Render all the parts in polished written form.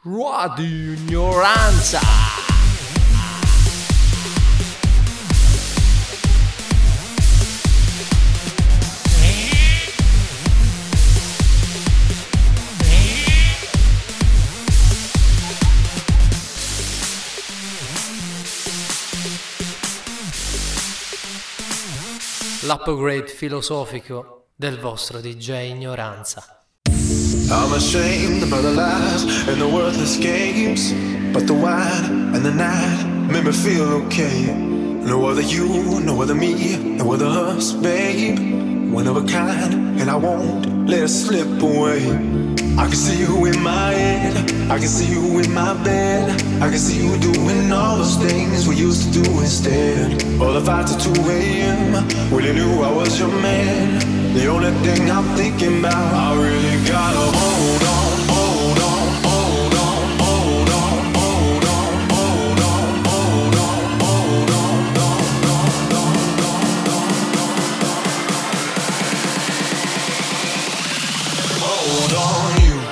Radio Ignoranza. L'upgrade filosofico del vostro DJ Ignoranza. I'm ashamed about the lies and the worthless games, but the wine and the night made me feel okay. No other you, no other me, no other us, babe. One of a kind, and I won't let it slip away. I can see you in my head, I can see you in my bed, I can see you doing all those things we used to do instead. All the fights at 2 a.m. when you knew I was your man. The only thing I'm thinking about, I really gotta hold on, hold on, hold on, hold on, hold on, hold on, hold on, hold on, hold on you.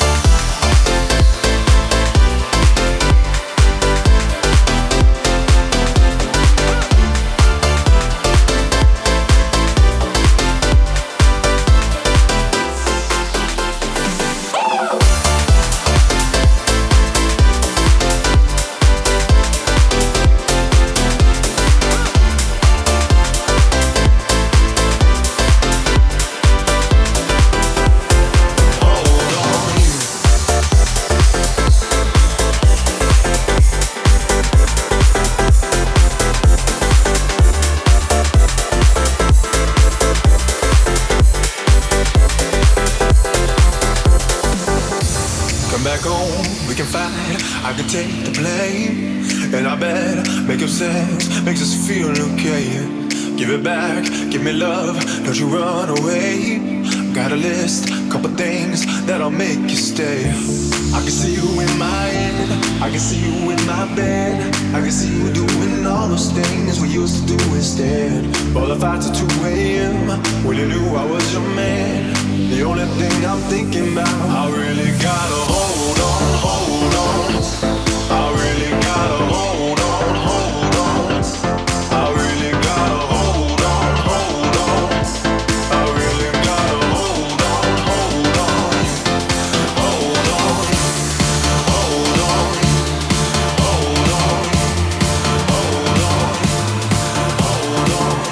I can take the blame, and I bet making sense makes us feel okay. Give it back, give me love, don't you run away. Got a list, couple things that'll make you stay. I can see you in my head, I can see you in my bed, I can see you doing all those things we used to do instead. All the fights at 2 a.m. when you knew I was your man. The only thing I'm thinking about, I really gotta hold on, hold on. I really gotta hold on, hold on. I really gotta hold on, hold on. I really gotta hold on, hold on. Hold on, hold on, hold on, hold on, hold on.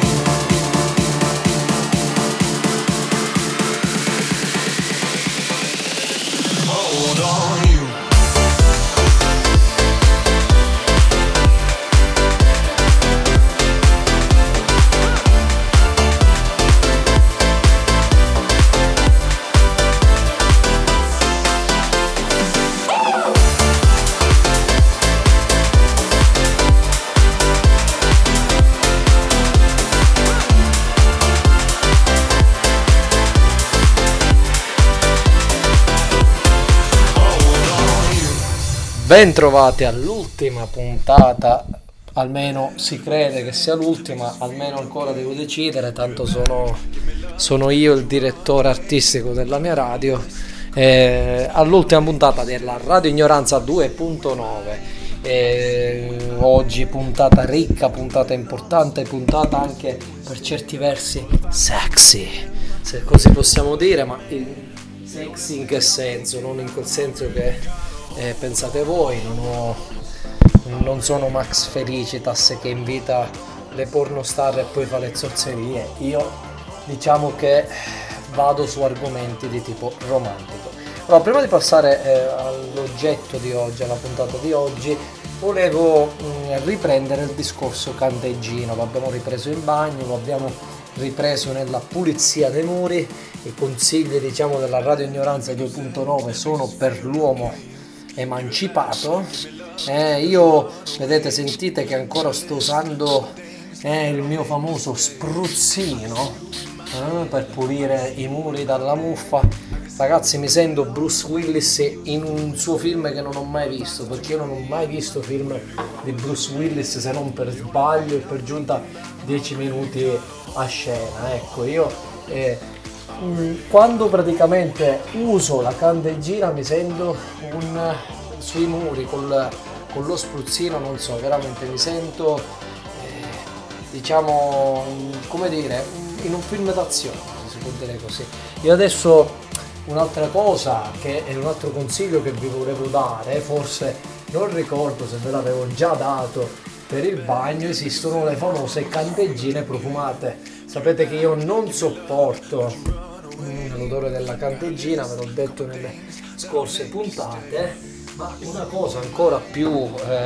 Hold on you. Bentrovati all'ultima puntata, almeno si crede che sia l'ultima, almeno ancora devo decidere, tanto sono io il direttore artistico della mia radio, all'ultima puntata della Radio Ignoranza 2.9. Oggi puntata ricca, puntata importante, puntata anche per certi versi sexy, se così possiamo dire, ma sexy in che senso? Non in quel senso che pensate voi, non sono Max Felicitas che invita le pornostar e poi fa le zozzerie. Io diciamo che vado su argomenti di tipo romantico. Allora, prima di passare all'oggetto di oggi, alla puntata di oggi, volevo riprendere il discorso candeggino. Lo abbiamo ripreso in bagno, lo abbiamo ripreso nella pulizia dei muri. I consigli, diciamo, della Radio Ignoranza 2.9 sono per l'uomo emancipato. Io, vedete, sentite che ancora sto usando il mio famoso spruzzino per pulire i muri dalla muffa. Ragazzi, mi sento Bruce Willis in un suo film che non ho mai visto, perché io non ho mai visto film di Bruce Willis se non per sbaglio e per giunta 10 minuti a scena. Ecco, io quando praticamente uso la candeggina mi sento sui muri con lo spruzzino, non so, veramente mi sento diciamo, come dire, in un film d'azione, se si può dire così. Io adesso un'altra cosa, che è un altro consiglio che vi volevo dare, forse non ricordo se ve l'avevo già dato, per il bagno esistono le famose candeggine profumate. Sapete che io non sopporto l'odore della candeggina, ve l'ho detto nelle scorse puntate, ma una cosa ancora più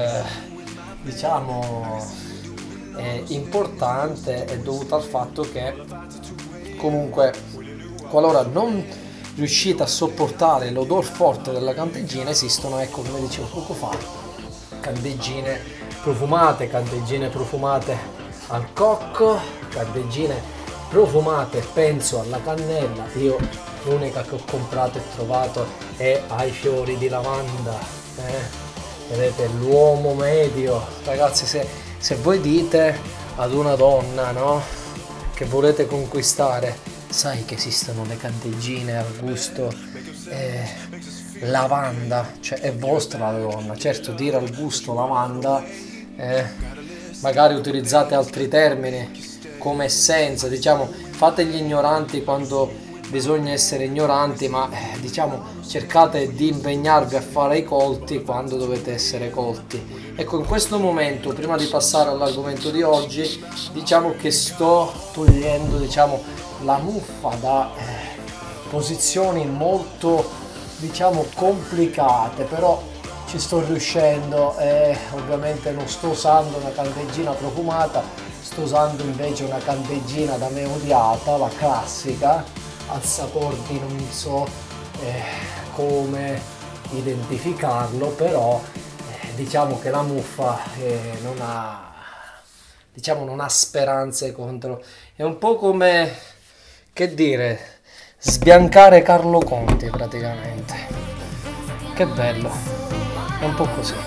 diciamo importante è dovuta al fatto che comunque qualora non riuscite a sopportare l'odor forte della candeggina esistono, ecco, come dicevo poco fa, candeggine profumate al cocco, candeggine profumate, penso alla cannella. Io l'unica che ho comprato e trovato è ai fiori di lavanda, vedete, l'uomo medio. Ragazzi, se voi dite ad una donna, no, che volete conquistare, sai che esistono le candeggine al gusto lavanda, cioè è vostra la donna. Certo, dire al gusto lavanda, magari utilizzate altri termini come essenza, diciamo, fate gli ignoranti quando bisogna essere ignoranti, ma diciamo cercate di impegnarvi a fare i colti quando dovete essere colti. Ecco, in questo momento, prima di passare all'argomento di oggi, diciamo che sto togliendo, diciamo, la muffa da posizioni molto, diciamo, complicate, però ci sto riuscendo. Ovviamente non sto usando una candeggina profumata, sto usando invece una candeggina da me odiata, la classica, al sapore di non so come identificarlo, però diciamo che la muffa non ha speranze contro. È un po' come, che dire, sbiancare Carlo Conti praticamente. Che bello, è un po' così.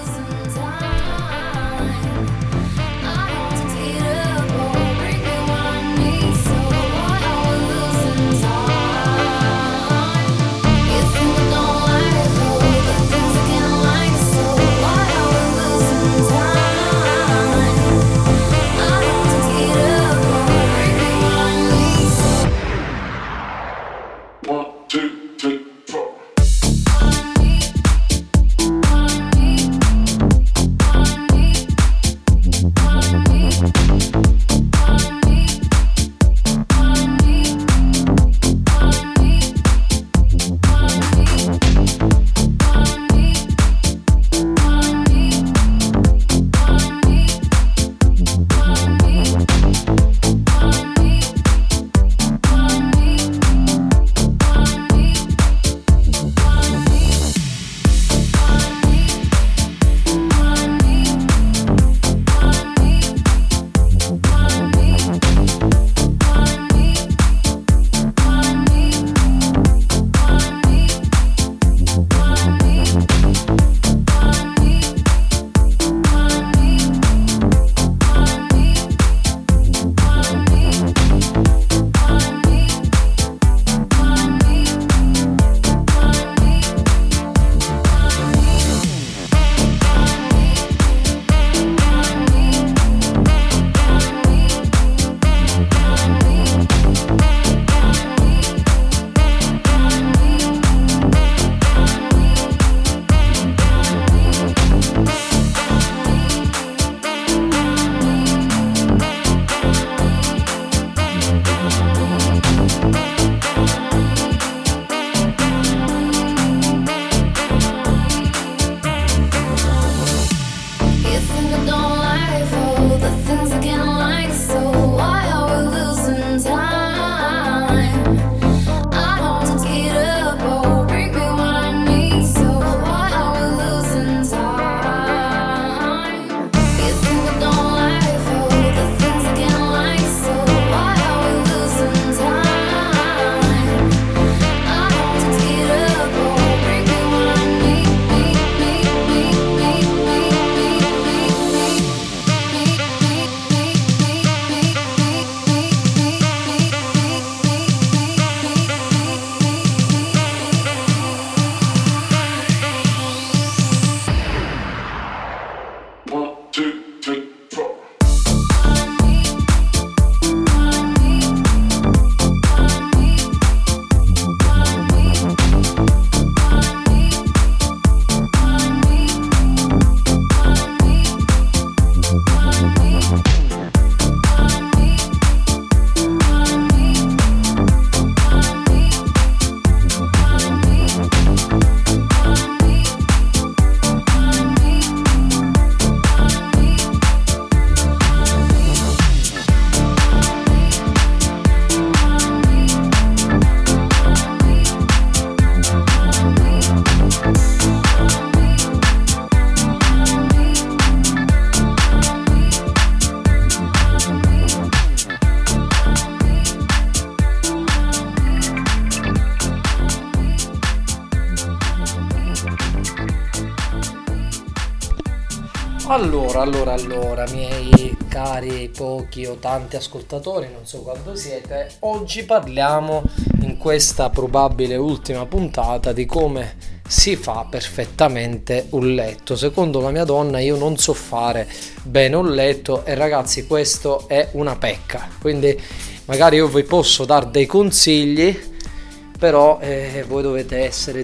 Allora, miei cari, pochi o tanti ascoltatori, non so quando siete, oggi parliamo in questa probabile ultima puntata di come si fa perfettamente un letto. Secondo la mia donna io non so fare bene un letto e ragazzi questo è una pecca, quindi magari io vi posso dare dei consigli, però voi dovete essere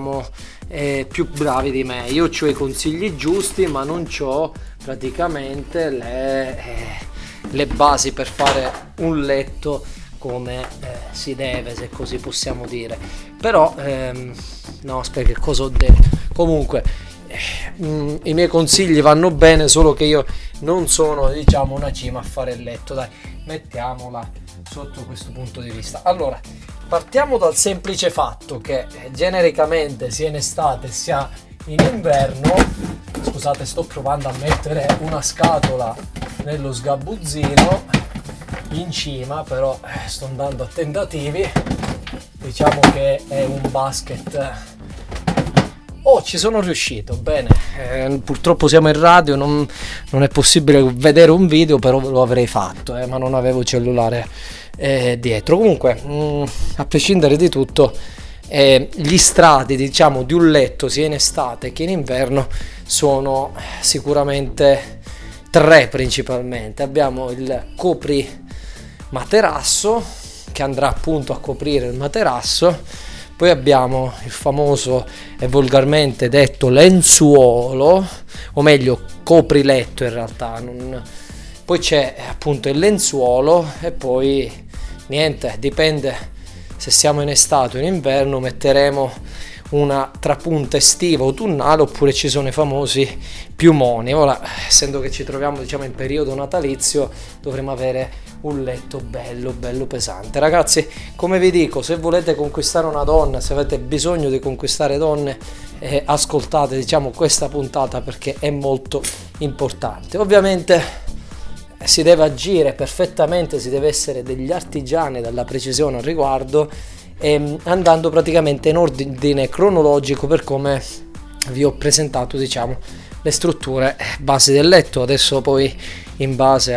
più bravi di me. Io ho i consigli giusti ma non ho praticamente le basi per fare un letto come si deve, se così possiamo dire. Però no, aspetta, che cosa ho detto? Comunque i miei consigli vanno bene, solo che io non sono una cima a fare il letto, dai, mettiamola sotto questo punto di vista. Allora, partiamo dal semplice fatto che genericamente sia in estate sia in inverno, scusate, sto provando a mettere una scatola nello sgabuzzino in cima, però sto andando a tentativi, diciamo che è un basket. Ci sono riuscito, bene, purtroppo siamo in radio, non è possibile vedere un video, però lo avrei fatto, ma non avevo cellulare dietro. Comunque, a prescindere di tutto, gli strati di un letto sia in estate che in inverno sono sicuramente tre principalmente. Abbiamo il coprimaterasso che andrà appunto a coprire il materasso. Poi abbiamo il famoso e volgarmente detto lenzuolo, o meglio copriletto in realtà. Poi c'è appunto il lenzuolo e poi niente, dipende se siamo in estate o in inverno, metteremo una trapunta estiva autunnale oppure ci sono i famosi piumoni. Ora, essendo che ci troviamo in periodo natalizio, dovremo avere un letto bello pesante. Ragazzi, come vi dico, se volete conquistare una donna, se avete bisogno di conquistare donne, ascoltate questa puntata perché è molto importante. Ovviamente si deve agire perfettamente, si deve essere degli artigiani dalla precisione al riguardo, andando praticamente in ordine cronologico per come vi ho presentato le strutture base del letto. Adesso poi in base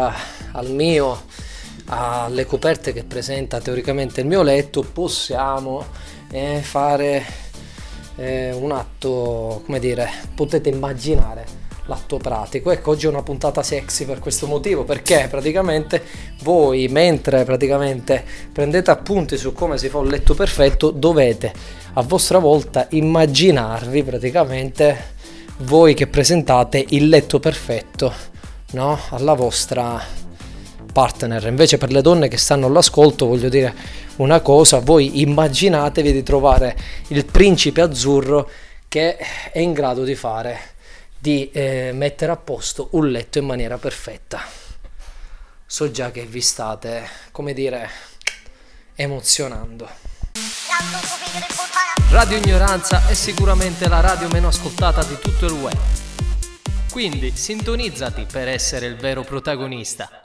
alle coperte che presenta teoricamente il mio letto possiamo fare un atto, potete immaginare l'atto pratico. Ecco, oggi è una puntata sexy per questo motivo, perché praticamente voi, mentre prendete appunti su come si fa un letto perfetto, dovete a vostra volta immaginarvi voi che presentate il letto perfetto, no? Alla vostra partner. Invece, per le donne che stanno all'ascolto, voglio dire una cosa: voi immaginatevi di trovare il principe azzurro che è in grado di mettere a posto un letto in maniera perfetta. So già che vi state, emozionando. Radio Ignoranza è sicuramente la radio meno ascoltata di tutto il web. Quindi sintonizzati per essere il vero protagonista.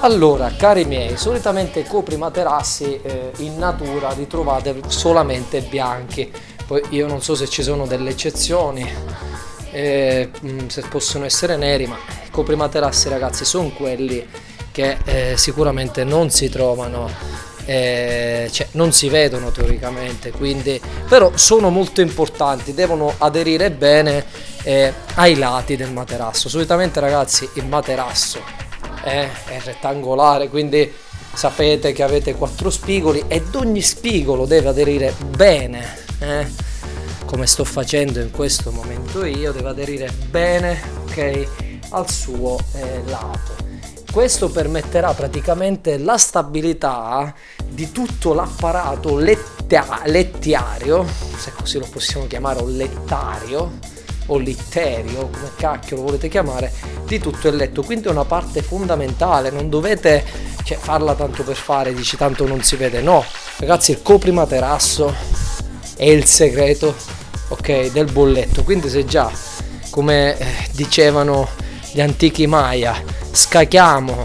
Allora, cari miei, solitamente i coprimaterassi in natura li trovate solamente bianchi, poi io non so se ci sono delle eccezioni, se possono essere neri, ma i coprimaterassi, ragazzi, sono quelli che sicuramente non si trovano, cioè non si vedono teoricamente, quindi però sono molto importanti, devono aderire bene ai lati del materasso. Solitamente, ragazzi, il materasso è rettangolare, quindi sapete che avete 4 spigoli ed ogni spigolo deve aderire bene, come sto facendo in questo momento io, deve aderire bene, ok, al suo lato. Questo permetterà praticamente la stabilità di tutto l'apparato lettiario, se così lo possiamo chiamare, o lettario o litterio, come cacchio lo volete chiamare, di tutto il letto. Quindi è una parte fondamentale, non dovete farla tanto per fare, dici tanto non si vede, no ragazzi, il coprimaterasso è il segreto, ok, del bolletto. Quindi se già, come dicevano gli antichi Maya, scacchiamo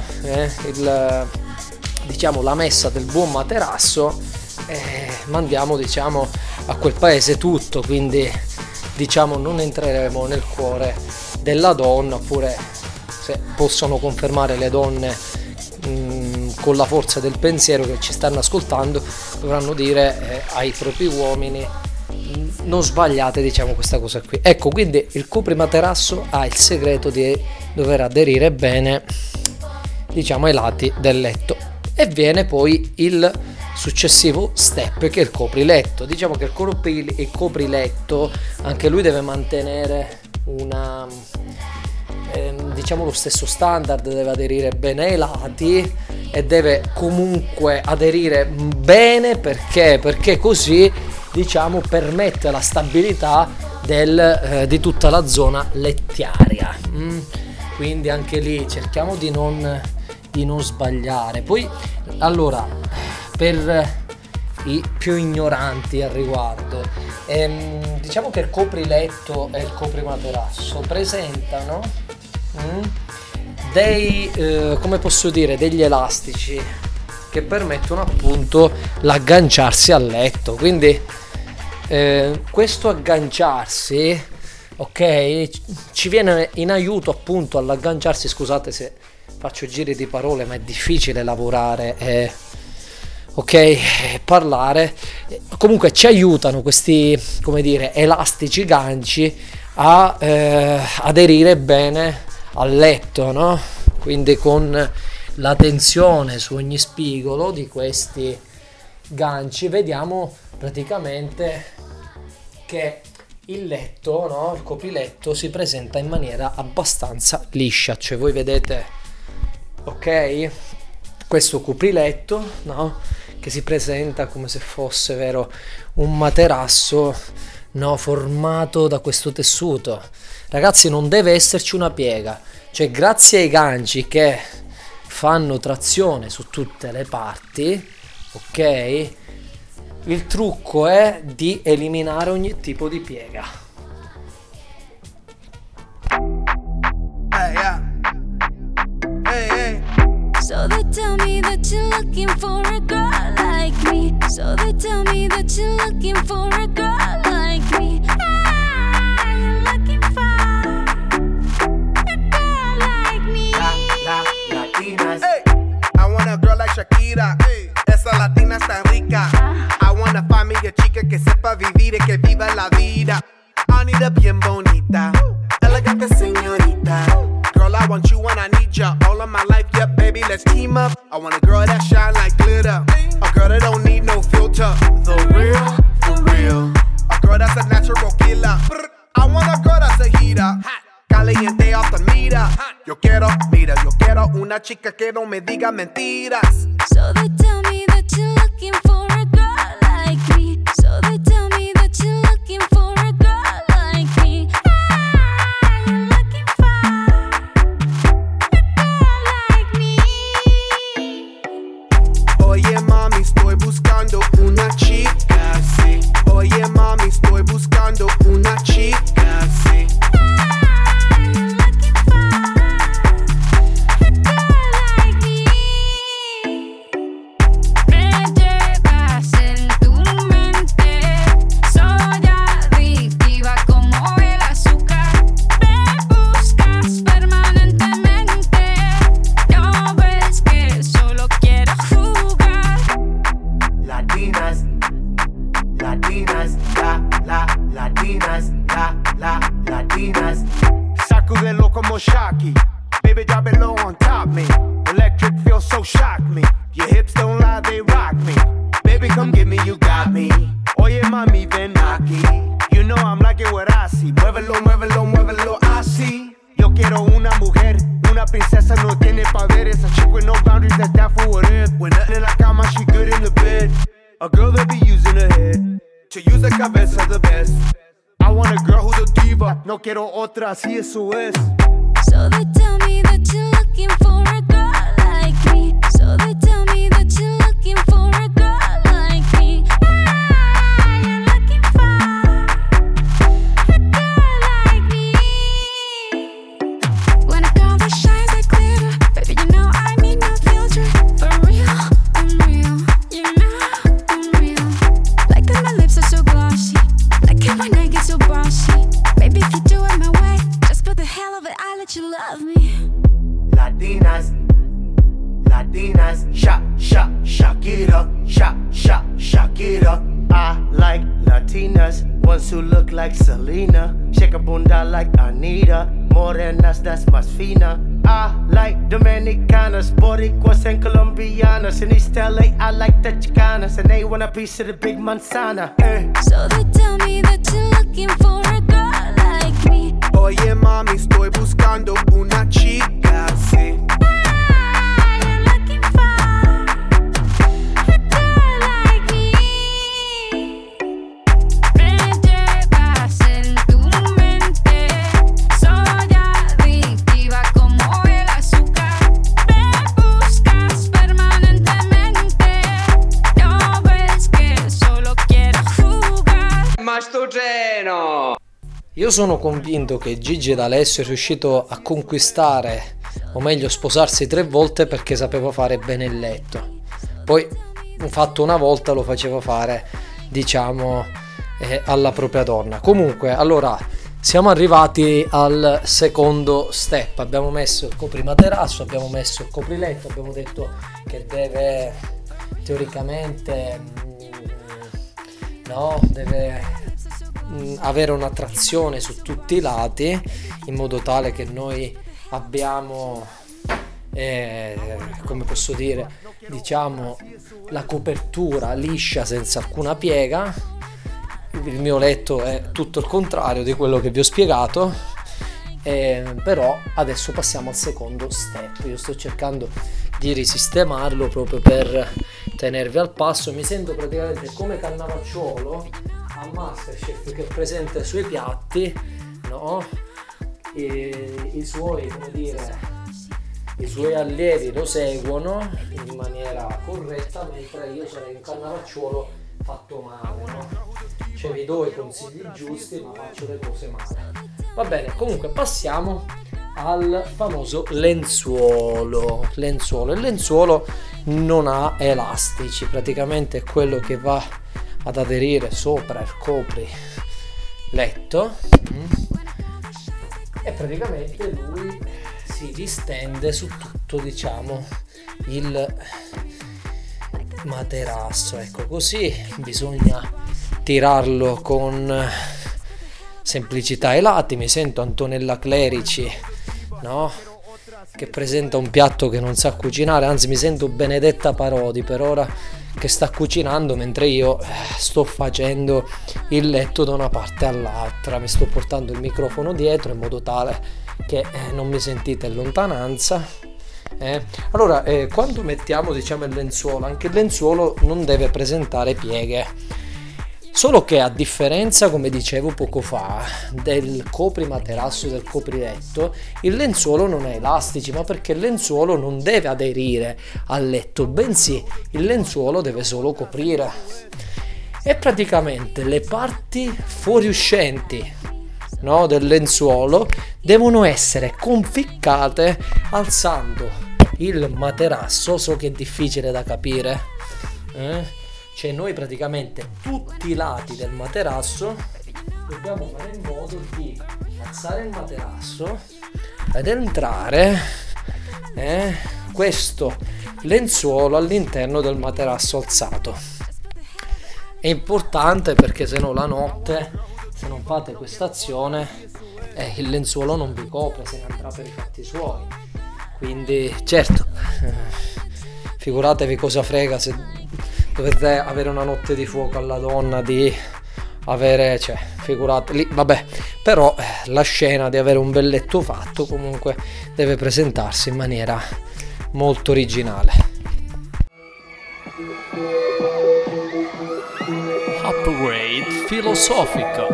la messa del buon materasso, mandiamo a quel paese tutto. Quindi non entreremo nel cuore della donna, oppure, se possono confermare le donne con la forza del pensiero che ci stanno ascoltando, dovranno dire ai propri uomini: non sbagliate questa cosa qui. Ecco, quindi il coprimaterasso ha il segreto di dover aderire bene ai lati del letto, e viene poi il successivo step, che è il copriletto. Diciamo che il copriletto anche lui deve mantenere lo stesso standard, deve aderire bene ai lati e deve comunque aderire bene, perché così permette la stabilità di tutta la zona lettiaria. Quindi anche lì cerchiamo di non sbagliare. Poi, allora, per i più ignoranti al riguardo, diciamo che il copriletto e il coprimaterasso presentano degli elastici che permettono appunto l'agganciarsi al letto. Quindi questo agganciarsi, ok, ci viene in aiuto appunto all'agganciarsi. Scusate se faccio giri di parole, ma è difficile lavorare parlare. Comunque ci aiutano questi, elastici ganci a aderire bene al letto, no? Quindi con la tensione su ogni spigolo di questi ganci vediamo praticamente che il letto, no? Il copriletto si presenta in maniera abbastanza liscia. Cioè voi vedete, ok, questo copriletto, no? Che si presenta come se fosse, vero, un materasso, no, formato da questo tessuto. Ragazzi, non deve esserci una piega, cioè grazie ai ganci che fanno trazione su tutte le parti, ok, il trucco è di eliminare ogni tipo di piega. So they tell me that you're looking for a girl like me. So they tell me that you're looking for a girl like me. You're looking for a girl like me. Latinas. Hey, I want a girl like Shakira. Hey, esa latina está rica. I wanna find me a chica que sepa vivir y que viva la vida. I need a bien bonita, elegante señorita. Girl, I want you and I need ya all of my life, yeah, baby, let's team up. I want a girl that shine like glitter, a girl that don't need no filter, the real, for real. A girl that's a natural killer. I want a girl that's a heater, caliente off the meter. Yo quiero una chica que no me diga mentiras. So they tell me that you're looking for a girl like me. So they tell me that you're looking for a girl like me. You're looking for Oye mami, estoy buscando una chica, sí. Oye mami, estoy buscando una chica, sí. Your hips don't lie, they rock me. Baby, come get me, you got me. Oye, mami, ven aquí. You know I'm liking what I see. Muévelo, muévelo, muévelo, así. Yo quiero una mujer, una princesa, no tiene poderes. A chick with no boundaries, that's down for what it. When nothing in la cama, she good in the bed. A girl that be using her head to use the cabeza the best. I want a girl who's a diva. No quiero otra, así eso es. So they tell me that you're looking for a girl like me. So they tell me that you're looking for a girl like me. Ah, you're looking for a girl like me. When a girl that shines like glitter, baby, you know I need no filter. For real, I'm real. You know I'm real. Like that my lips are so glossy. Like it when I get so bossy. Baby, if you do it my way, just for the hell of it, I let you love me. Latinas, Latinas, shock it up, shock it up. I like Latinas, ones who look like Selena, shake a bunda like Anita, morenas that's más fina. I like Dominicanas, Boricuas and Colombianas. In East LA, I like the Chicanas, and they want a piece of the big manzana. So they tell me that you're looking for a girl like me. Oye mami, estoy buscando una chica así. Ah, you're looking for a girl like me. Me llevas en tu mente, soy adictiva como el azúcar. Me buscas permanentemente, no ves que solo quiero jugar. Mastogeno! Io sono convinto che Gigi D'Alessio è riuscito a conquistare, o meglio sposarsi 3 volte perché sapeva fare bene il letto. Poi fatto una volta lo faceva fare, diciamo, alla propria donna. Comunque, allora, siamo arrivati al secondo step. Abbiamo messo il coprimaterasso, abbiamo messo il copriletto, abbiamo detto che deve teoricamente deve avere una trazione su tutti i lati, in modo tale che noi abbiamo come posso dire, diciamo, la copertura liscia senza alcuna piega. Il mio letto è tutto il contrario di quello che vi ho spiegato, però adesso passiamo al secondo step. Io sto cercando di risistemarlo proprio per tenervi al passo. Mi sento praticamente come Cannavacciuolo a Masterchef che presenta i suoi piatti, no? I suoi, come dire, i suoi allievi lo seguono in maniera corretta, mentre io sarei un Cannavacciuolo fatto male, no? Cioè vi do i consigli giusti ma faccio le cose male. Va bene, comunque passiamo al famoso lenzuolo. Il lenzuolo non ha elastici, praticamente è quello che va ad aderire sopra il copriletto e praticamente lui si distende su tutto, diciamo, il materasso. Ecco, così bisogna tirarlo con semplicità ai lati. Mi sento Antonella Clerici, no? Che presenta un piatto che non sa cucinare, anzi mi sento Benedetta Parodi per ora che sta cucinando mentre io sto facendo il letto da una parte all'altra. Mi sto portando il microfono dietro in modo tale che non mi sentite in lontananza. Allora, quando mettiamo, diciamo, il lenzuolo, anche il lenzuolo non deve presentare pieghe. Solo che a differenza, come dicevo poco fa, del coprimaterasso, del copriletto, il lenzuolo non ha elastici, ma perché il lenzuolo non deve aderire al letto, bensì il lenzuolo deve solo coprire. E praticamente le parti fuoriuscenti, no, del lenzuolo devono essere conficcate alzando il materasso. So che è difficile da capire, cioè noi praticamente tutti i lati del materasso dobbiamo fare in modo di alzare il materasso ed entrare questo lenzuolo all'interno del materasso alzato. È importante perché se no la notte, se non fate questa azione, il lenzuolo non vi copre, se ne andrà per i fatti suoi. Quindi certo, figuratevi cosa frega se dovete avere una notte di fuoco alla donna, di avere, cioè, figurate lì, vabbè, però la scena di avere un bel letto fatto comunque deve presentarsi in maniera molto originale. Upgrade filosofico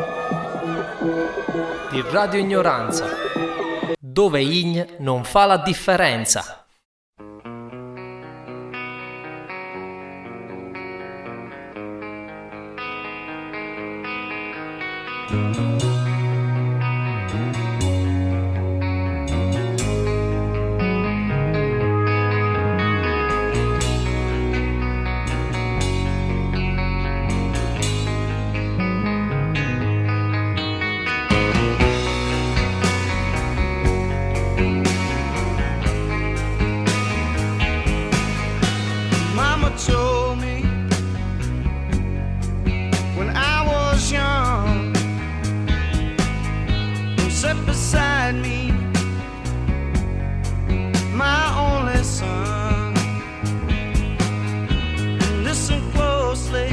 di Radio Ignoranza, dove Ign non fa la differenza. Mama told me when I was young, sit beside me, my only son. Listen closely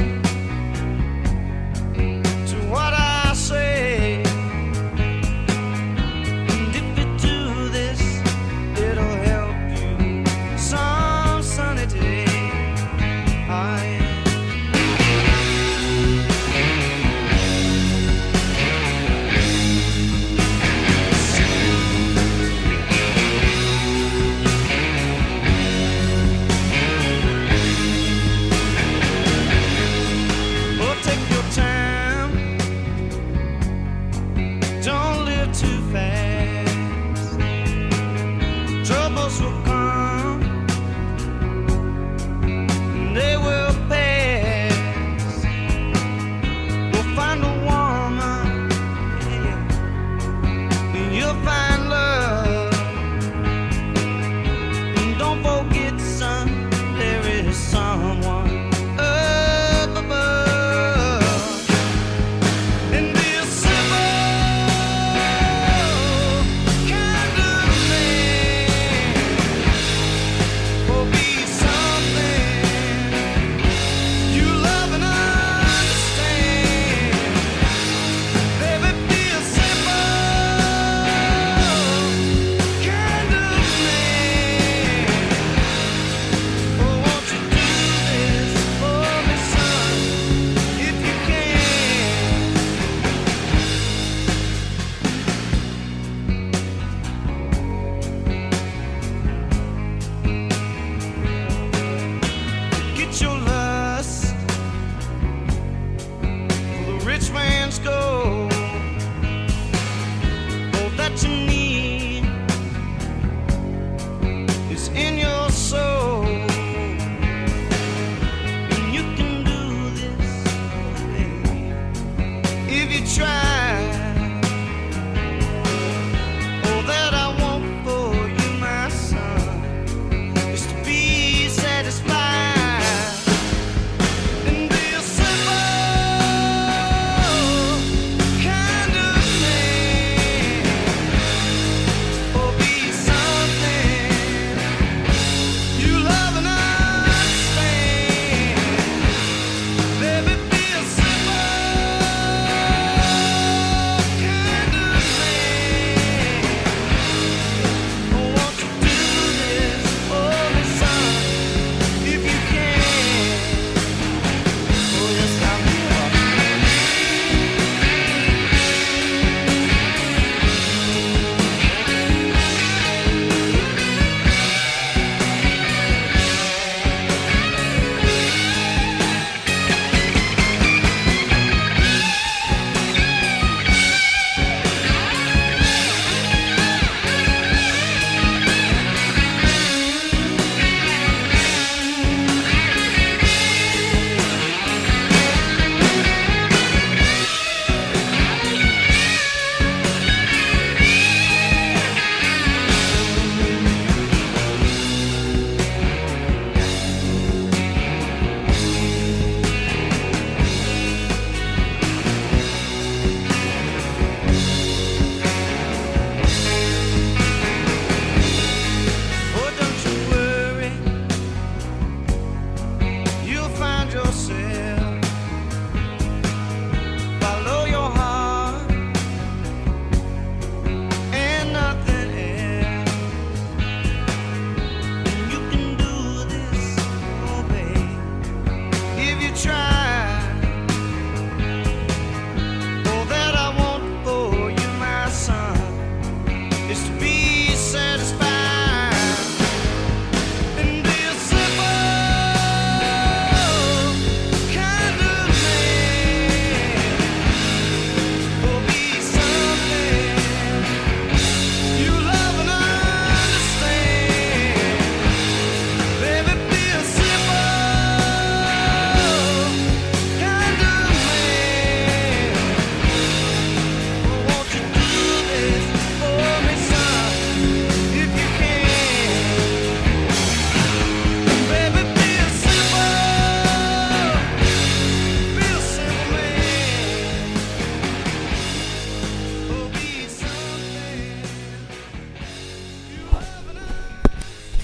to what I say. And if you do this, it'll help you some sunny day.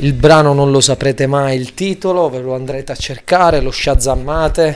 il brano non lo saprete mai il titolo, ve lo andrete a cercare, lo shazammate,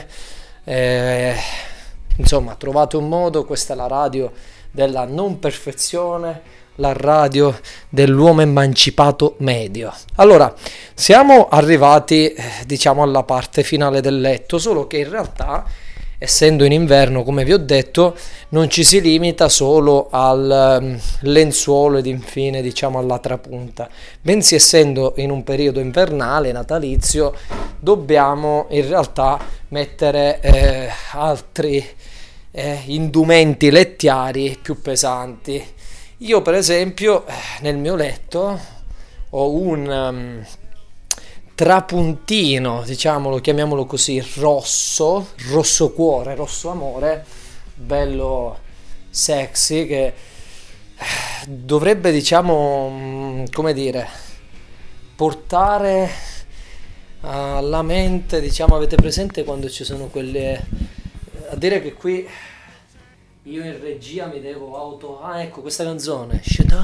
insomma trovate un modo. Questa è la radio della non perfezione, la radio dell'uomo emancipato medio. Allora, siamo arrivati diciamo alla parte finale del letto, solo che in realtà, essendo in inverno, come vi ho detto, non ci si limita solo al lenzuolo ed infine diciamo alla trapunta, bensì essendo in un periodo invernale natalizio dobbiamo in realtà mettere altri indumenti lettiari più pesanti. Io per esempio nel mio letto ho un trapuntino, diciamolo, chiamiamolo così, rosso cuore, rosso amore, bello sexy, che dovrebbe, diciamo, come dire, portare alla mente, diciamo, avete presente quando ci sono quelle, a dire che qui io in regia mi devo ecco questa canzone,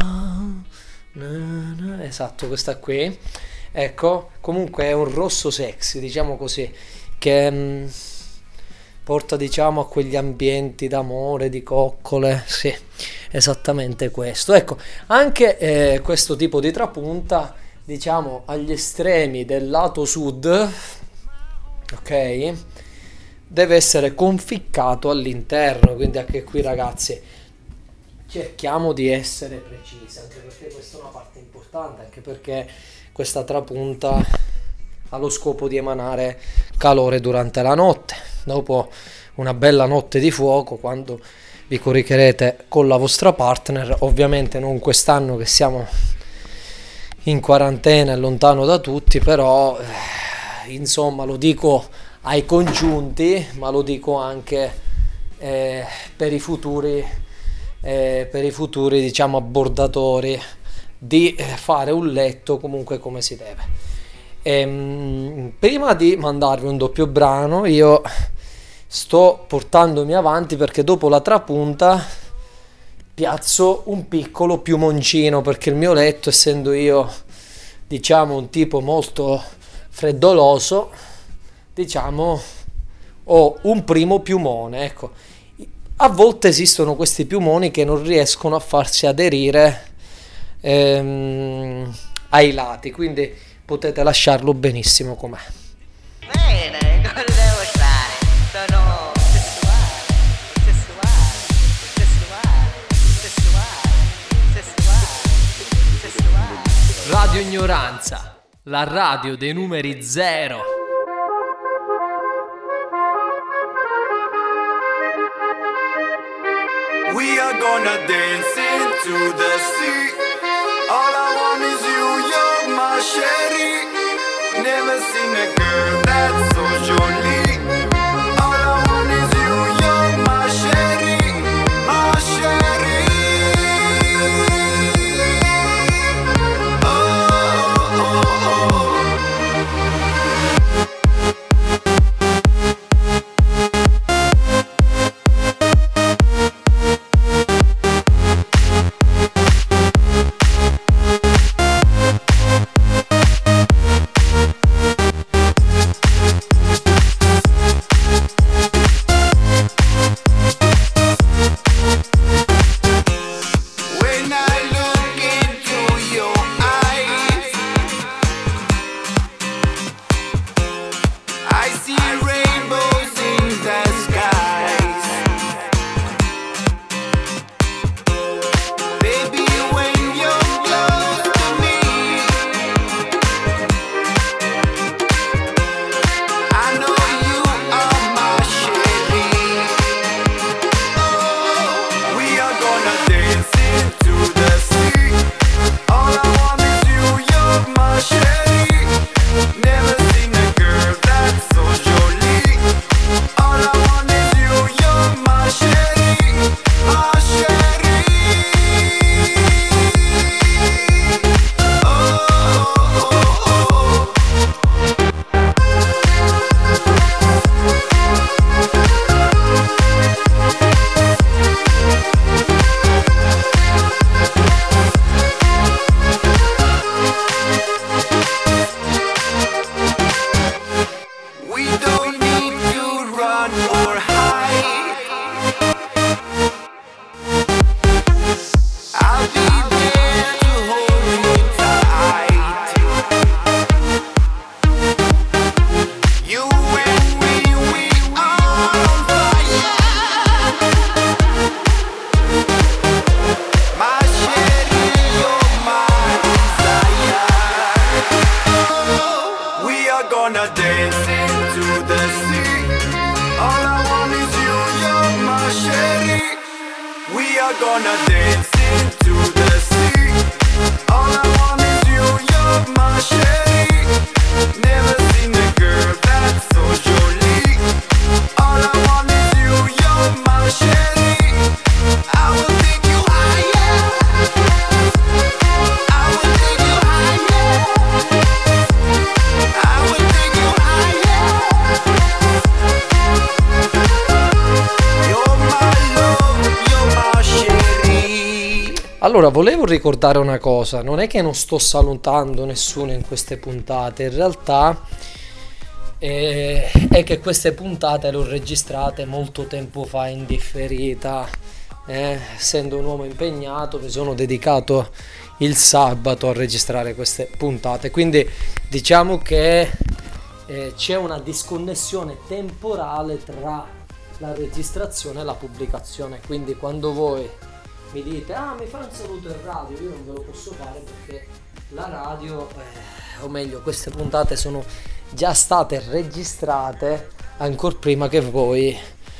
esatto, questa qui. Ecco, comunque è un rosso sexy, diciamo così, che porta, diciamo, a quegli ambienti d'amore, di coccole, sì, esattamente questo. Ecco, anche questo tipo di trapunta, diciamo, agli estremi del lato sud, ok, deve essere conficcato all'interno, quindi anche qui ragazzi cerchiamo di essere precisi, anche perché questa è una parte importante, anche perché questa trapunta ha lo scopo di emanare calore durante la notte. Dopo una bella notte di fuoco, quando vi coricherete con la vostra partner, ovviamente non quest'anno che siamo in quarantena e lontano da tutti, però insomma lo dico ai congiunti, ma lo dico anche per i futuri diciamo abbordatori, di fare un letto comunque come si deve. Prima di mandarvi un doppio brano, io sto portandomi avanti perché dopo la trapunta piazzo un piccolo piumoncino, perché il mio letto, essendo io diciamo un tipo molto freddoloso, diciamo ho un primo piumone. Ecco, a volte esistono questi piumoni che non riescono a farsi aderire ai lati, quindi potete lasciarlo benissimo com'è. Bene, come devo stare? Sono sessuale. Radio Ignoranza, la radio dei numeri zero. We are gonna dance into the sea. All I want is you, you're my sherry. Never seen a girl that's so jolie. All I want is you, you're my sherry, my sherry. Oh, oh, oh. Never seen a girl that's so jolie. don't need to run or hide. I'll be there to hold you tight. You and me, we are on fire. My shady, you're my desire. We are gonna dance into the sea. All I want is you, you're my shady. We are gonna dance into the sea. All I want is you, you're my shady. Never seen a girl that's so jolie. All I want is you, you're my shady. I will take you higher. I will take you higher. I will take you higher. You're my love, you're my shady. Allora, volevo ricordare una cosa, non è che non sto salutando nessuno in queste puntate, in realtà è che queste puntate le ho registrate molto tempo fa in differita, essendo un uomo impegnato mi sono dedicato il sabato a registrare queste puntate, quindi diciamo che c'è una disconnessione temporale tra la registrazione e la pubblicazione, quindi quando voi mi dite mi fai un saluto in radio, io non ve lo posso fare perché la radio, o meglio queste puntate sono già state registrate ancora prima che voi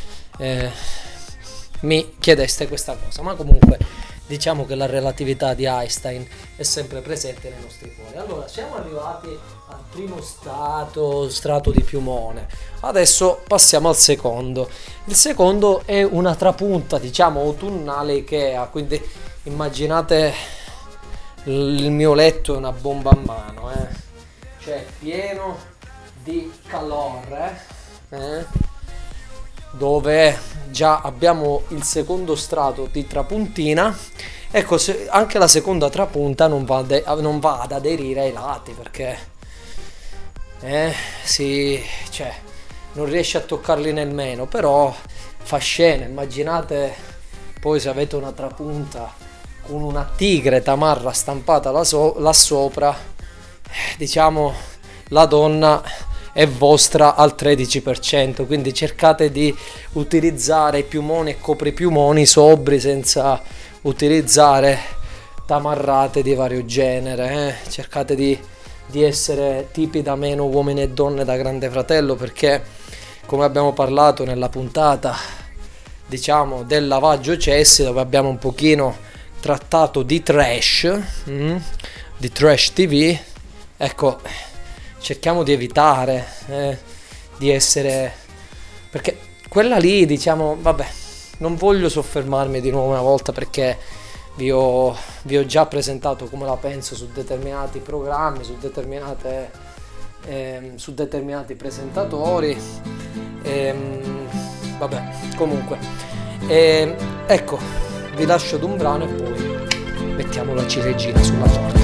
mi chiedeste questa cosa, ma comunque diciamo che la relatività di Einstein è sempre presente nei nostri cuori. Allora, siamo arrivati al primo strato di piumone, adesso passiamo al secondo. Il secondo è una trapunta, diciamo, autunnale Ikea, quindi immaginate il mio letto è una bomba a mano, cioè pieno di calore, dove già abbiamo il secondo strato di trapuntina. Ecco, anche la seconda trapunta non va ad aderire ai lati perché cioè, non riesce a toccarli nemmeno, però fa scena. Immaginate poi se avete una trapunta con una tigre tamarra stampata là sopra, diciamo la donna è vostra al 13%, quindi cercate di utilizzare i piumoni e copripiumoni sobri senza utilizzare tamarrate di vario genere, cercate di essere tipi da meno uomini e donne da Grande Fratello, perché come abbiamo parlato nella puntata, diciamo, del lavaggio cessi, dove abbiamo un pochino trattato di trash TV, ecco, cerchiamo di evitare di essere, perché quella lì, diciamo, vabbè, non voglio soffermarmi di nuovo una volta perché vi ho già presentato come la penso su determinati programmi, su determinati presentatori, vabbè, comunque ecco, vi lascio ad un brano e poi mettiamo la ciliegina sulla torta.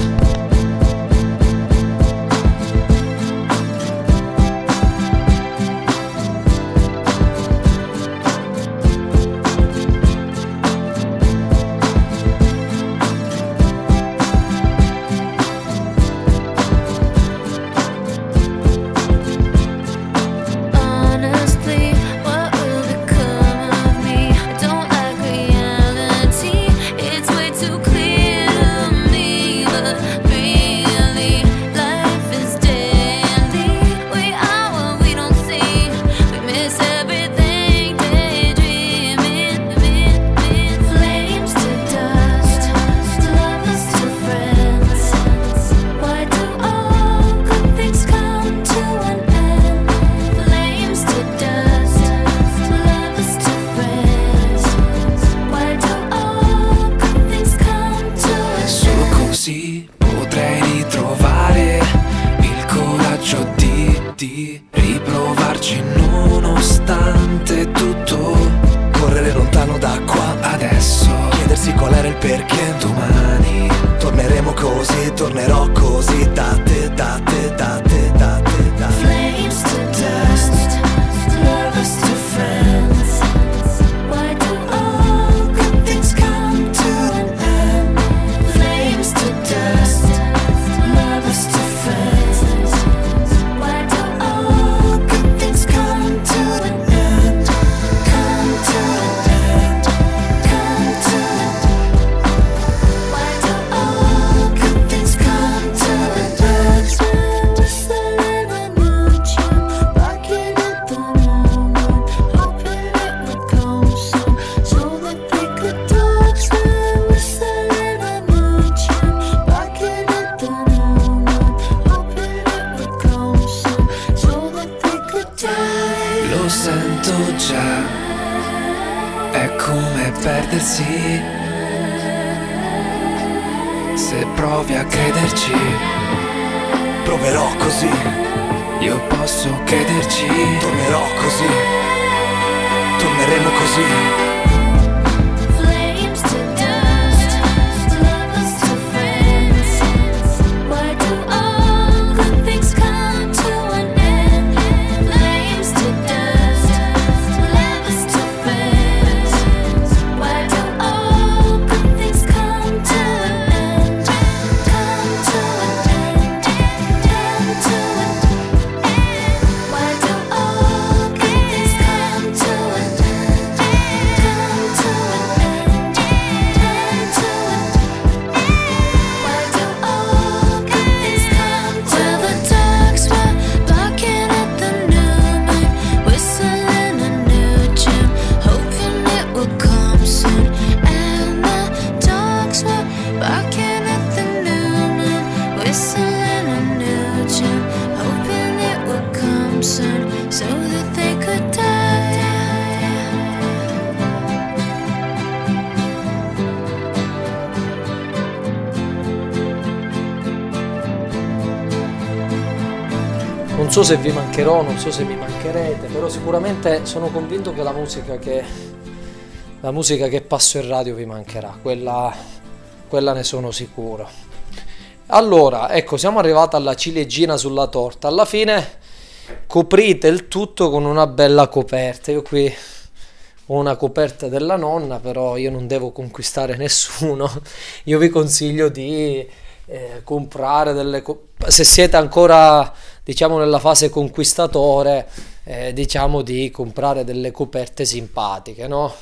Honestly, what will become of me? I don't like reality. It's way too clear to me, but really, life is daily. We are what we don't see. We miss everything, daydreaming. Flames to dust, lovers to friends. Why do all good things come to an end? Flames to dust, lovers to friends. Why do all good things come to an end? Solo così potrei ritrovare il coraggio di riprovarci nonostante tutto. Correre lontano da qua adesso, chiedersi qual era il perché. Domani torneremo così, tornerò così da te. Flames to dust, Lo sento già, è come perdersi. Se provi a crederci, Proverò così, io posso crederci. tornerò così, torneremo così. Flames to dust, lovers to friends. Why do all good things come to an end? Flames to dust, lovers to friends. Why do all good things come to an end? Come to an end, come to an end. Why do all good things come to an end? Come to an end, come to an end. Why do all good things come to an end? Well, the dogs were barking at the new moon, whistling a new tune, hoping it would come soon. And the dogs were barking at the new moon, whistling a new tune, hoping it would come soon, so that they could die. Non so se vi mancherò, non so se mi mancherete, però sicuramente sono convinto che la musica che passo in radio vi mancherà, quella ne sono sicuro. Allora, ecco, siamo arrivati alla ciliegina sulla torta. Alla fine coprite il tutto con una bella coperta. Io qui ho una coperta della nonna, però io non devo conquistare nessuno. Io vi consiglio di comprare se siete ancora, diciamo, nella fase conquistatore, diciamo di comprare delle coperte simpatiche, no?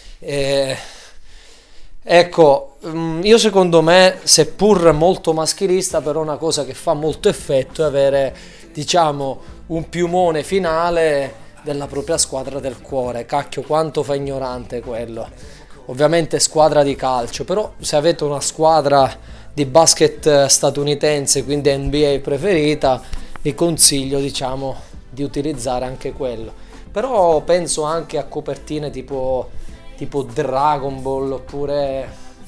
Ecco, io secondo me, seppur molto maschilista, però una cosa che fa molto effetto è avere, diciamo, un piumone finale della propria squadra del cuore. Cacchio, quanto fa ignorante quello. Ovviamente squadra di calcio, però se avete una squadra di basket statunitense, quindi NBA preferita, vi consiglio, diciamo, di utilizzare anche quello. Però penso anche a copertine tipo Dragon Ball, oppure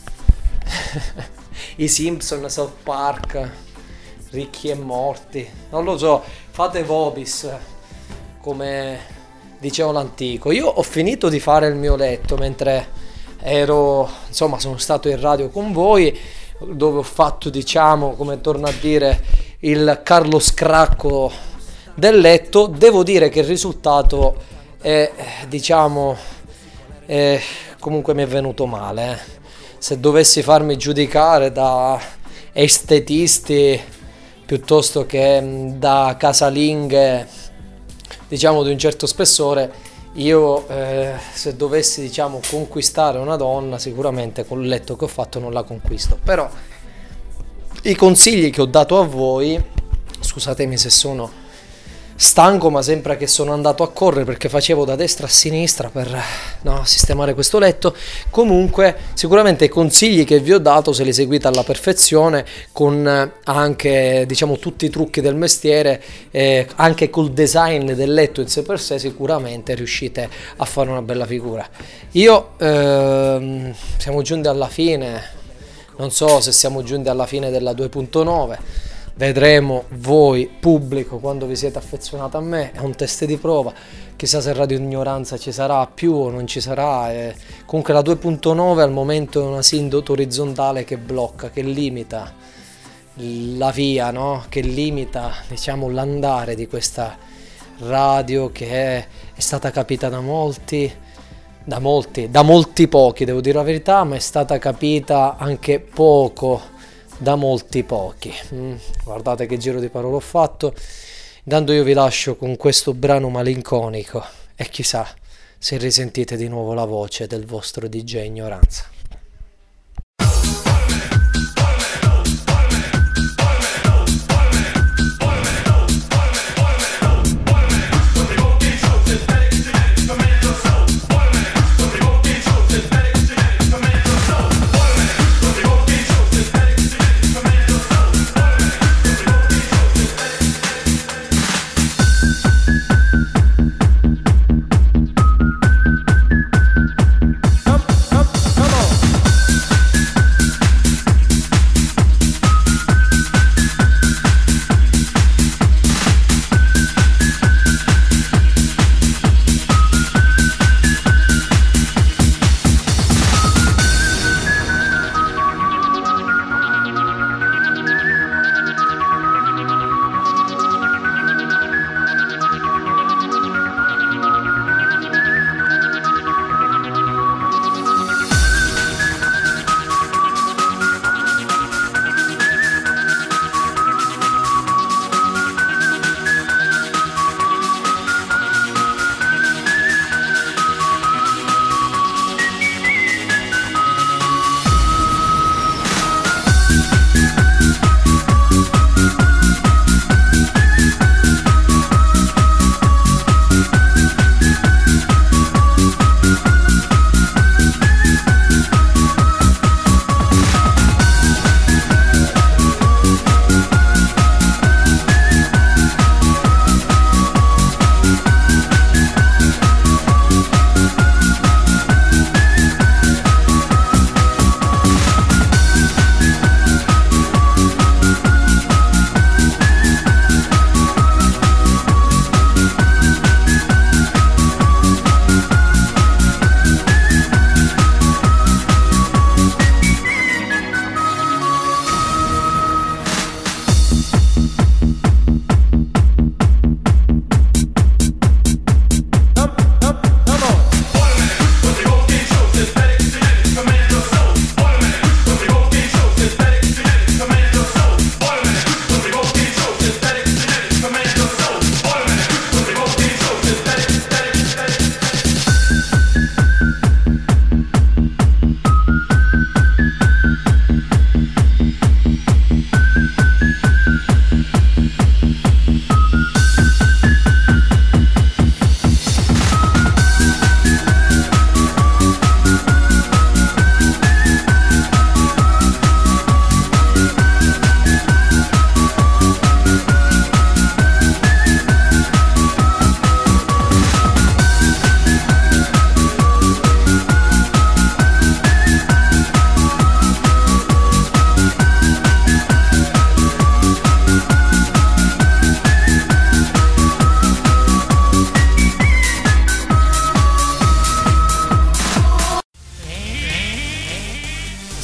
i Simpson, South Park, Ricchi e Morti, non lo so, fate vobis, come diceva l'antico. Io ho finito di fare il mio letto mentre sono stato in radio con voi, dove ho fatto, diciamo, come torno a dire, il Carlo Scracco del letto. Devo dire che il risultato è, diciamo, comunque mi è venuto male. Se dovessi farmi giudicare da estetisti piuttosto che da casalinghe, diciamo, di un certo spessore, io se dovessi, diciamo, conquistare una donna, sicuramente col letto che ho fatto non la conquisto. Però i consigli che ho dato a voi, scusatemi se sono stanco, ma sembra che sono andato a correre perché facevo da destra a sinistra per sistemare questo letto. Comunque sicuramente i consigli che vi ho dato, se li seguite alla perfezione, con anche, diciamo, tutti i trucchi del mestiere, anche col design del letto in sé per sé, sicuramente riuscite a fare una bella figura. Io siamo giunti alla fine, non so se siamo giunti alla fine della 2.9, vedremo voi pubblico quando vi siete affezionati a me. È un test di prova, chissà se Radio Ignoranza ci sarà più o non ci sarà. Comunque la 2.9 al momento è una sindota orizzontale che blocca, che limita la via, no? Che limita, diciamo, l'andare di questa radio, che è stata capita da molti pochi, devo dire la verità, ma è stata capita anche poco da molti pochi. Guardate che giro di parole ho fatto. Intanto io vi lascio con questo brano malinconico e chissà se risentite di nuovo la voce del vostro DJ Ignoranza.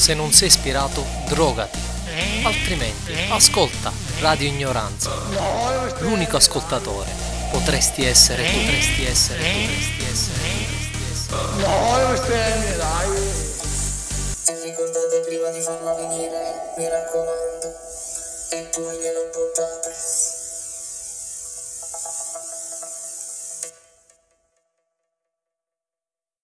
Se non sei ispirato, drogati. Altrimenti, ascolta Radio Ignoranza. L'unico ascoltatore. Potresti essere tu. Ricordate prima di farla venire, mi raccomando, e poi glielo buttate.